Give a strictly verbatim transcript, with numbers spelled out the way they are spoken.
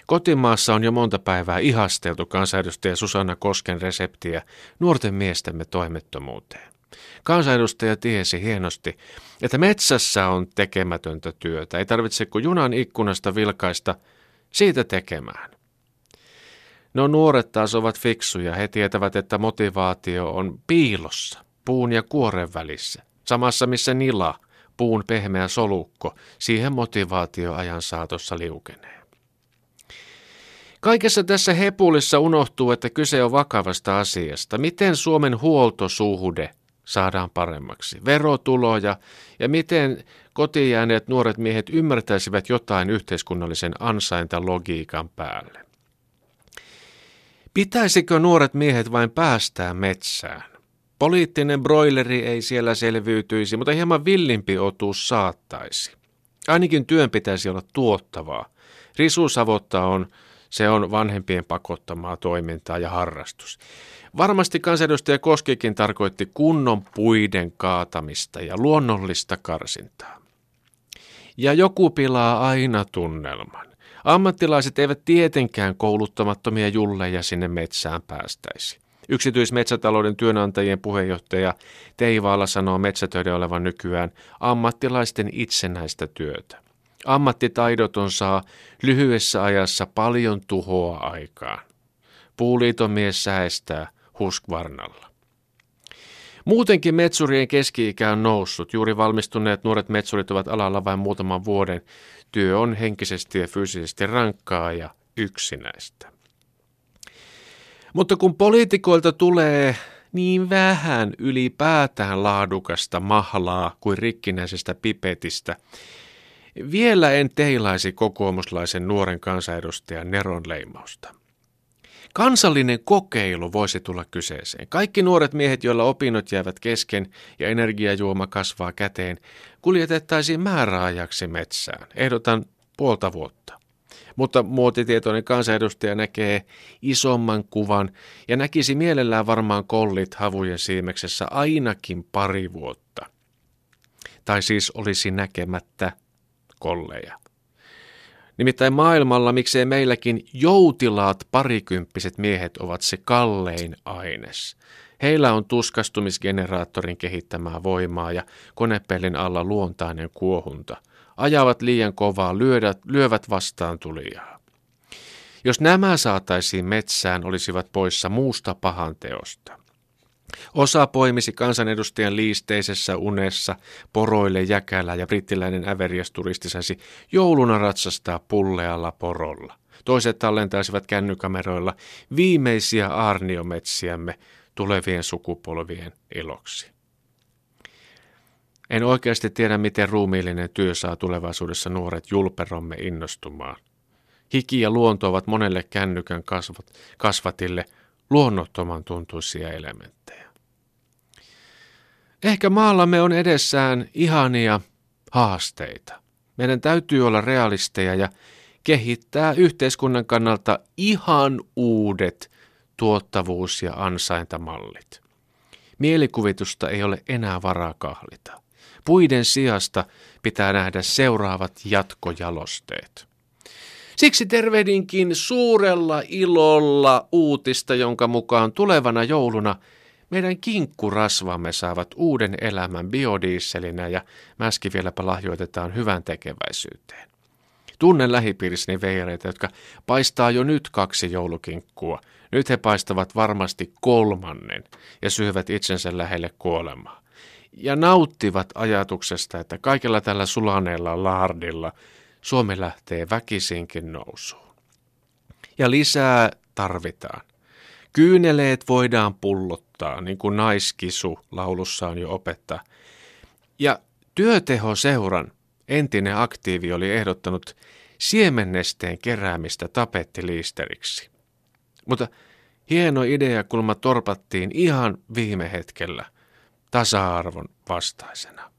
Kotimaassa on jo monta päivää ihasteltu kansanedustaja Susanna Kosken reseptiä nuorten miestemme toimettomuuteen. Kansanedustaja tiesi hienosti, että metsässä on tekemätöntä työtä. Ei tarvitse kuin junan ikkunasta vilkaista siitä tekemään. No nuoret taas ovat fiksuja. He tietävät, että motivaatio on piilossa, puun ja kuoren välissä. Samassa missä nila, puun pehmeä solukko, siihen motivaatio ajan saatossa liukenee. Kaikessa tässä hepulissa unohtuu, että kyse on vakavasta asiasta. Miten Suomen huoltosuhde saadaan paremmaksi, verotuloja ja miten kotiin jääneet nuoret miehet ymmärtäisivät jotain yhteiskunnallisen ansaintalogiikan päälle. Pitäisikö nuoret miehet vain päästää metsään? Poliittinen broileri ei siellä selviytyisi, mutta hieman villimpi otuus saattaisi. Ainakin työn pitäisi olla tuottavaa. Risusavotta on, se on vanhempien pakottamaa toimintaa ja harrastus. Varmasti kansanedustaja Koskikin tarkoitti kunnon puiden kaatamista ja luonnollista karsintaa. Ja joku pilaa aina tunnelman. Ammattilaiset eivät tietenkään kouluttamattomia julleja sinne metsään päästäisi. Yksityismetsätalouden työnantajien puheenjohtaja Teivaala sanoo metsätöiden olevan nykyään ammattilaisten itsenäistä työtä. Ammattitaidoton saa lyhyessä ajassa paljon tuhoa aikaan. Puuliiton mies säestää Husqvarnalla. Muutenkin metsurien keski-ikä on noussut. Juuri valmistuneet nuoret metsurit ovat alalla vain muutaman vuoden. Työ on henkisesti ja fyysisesti rankkaa ja yksinäistä. Mutta kun poliitikoilta tulee niin vähän ylipäätään laadukasta mahlaa kuin rikkinäisestä pipetistä, vielä en teilaisi kokoomuslaisen nuoren kansanedustajan Neron leimausta. Kansallinen kokeilu voisi tulla kyseeseen. Kaikki nuoret miehet, joilla opinnot jäävät kesken ja energiajuoma kasvaa käteen, kuljetettaisiin määräajaksi metsään. Ehdotan puolta vuotta. Mutta muotitietoinen kansanedustaja näkee isomman kuvan ja näkisi mielellään varmaan kollit havujen siimeksessä ainakin pari vuotta. Tai siis olisi näkemättä kolleja. Nimittäin maailmalla, miksei meilläkin joutilaat parikymppiset miehet ovat se kallein aines. Heillä on tuskastumisgeneraattorin kehittämää voimaa ja konepellin alla luontainen kuohunta. Ajavat liian kovaa, lyödät, lyövät vastaan tulijaa. Jos nämä saataisiin metsään, olisivat poissa muusta pahanteosta. Osa poimisi kansanedustajan liisteisessä unessa poroille jäkällä ja brittiläinen äveriästuristi saisi jouluna ratsastaa pullealla porolla. Toiset tallentaisivat kännykameroilla viimeisiä aarniometsiämme tulevien sukupolvien iloksi. En oikeasti tiedä, miten ruumiillinen työ saa tulevaisuudessa nuoret julperomme innostumaan. Hiki ja luonto ovat monelle kännykän kasvat, kasvatille luonnottoman tuntuisia elementtejä. Ehkä maallamme on edessään ihania haasteita. Meidän täytyy olla realisteja ja kehittää yhteiskunnan kannalta ihan uudet tuottavuus- ja ansaintamallit. Mielikuvitusta ei ole enää varaa kahlita. Puiden sijasta pitää nähdä seuraavat jatkojalosteet. Siksi tervehdinkin suurella ilolla uutista, jonka mukaan tulevana jouluna meidän kinkkurasvamme saavat uuden elämän biodieselinä ja mäski vieläpä lahjoitetaan hyvän tekeväisyyteen. Tunnen lähipiirissäni veireitä, jotka paistaa jo nyt kaksi joulukinkkua. Nyt he paistavat varmasti kolmannen ja syövät itsensä lähelle kuolemaa. Ja nauttivat ajatuksesta, että kaikella tällä sulaneella lardilla Suomi lähtee väkisinkin nousuun. Ja lisää tarvitaan. Kyyneleet voidaan pullottaa, niin kuin Naiskisu laulussaan jo opettaa. Ja työtehoseuran entinen aktiivi oli ehdottanut siemennesteen keräämistä tapettiliisteriksi. Mutta hieno idea kulma torpattiin ihan viime hetkellä tasa-arvon vastaisena.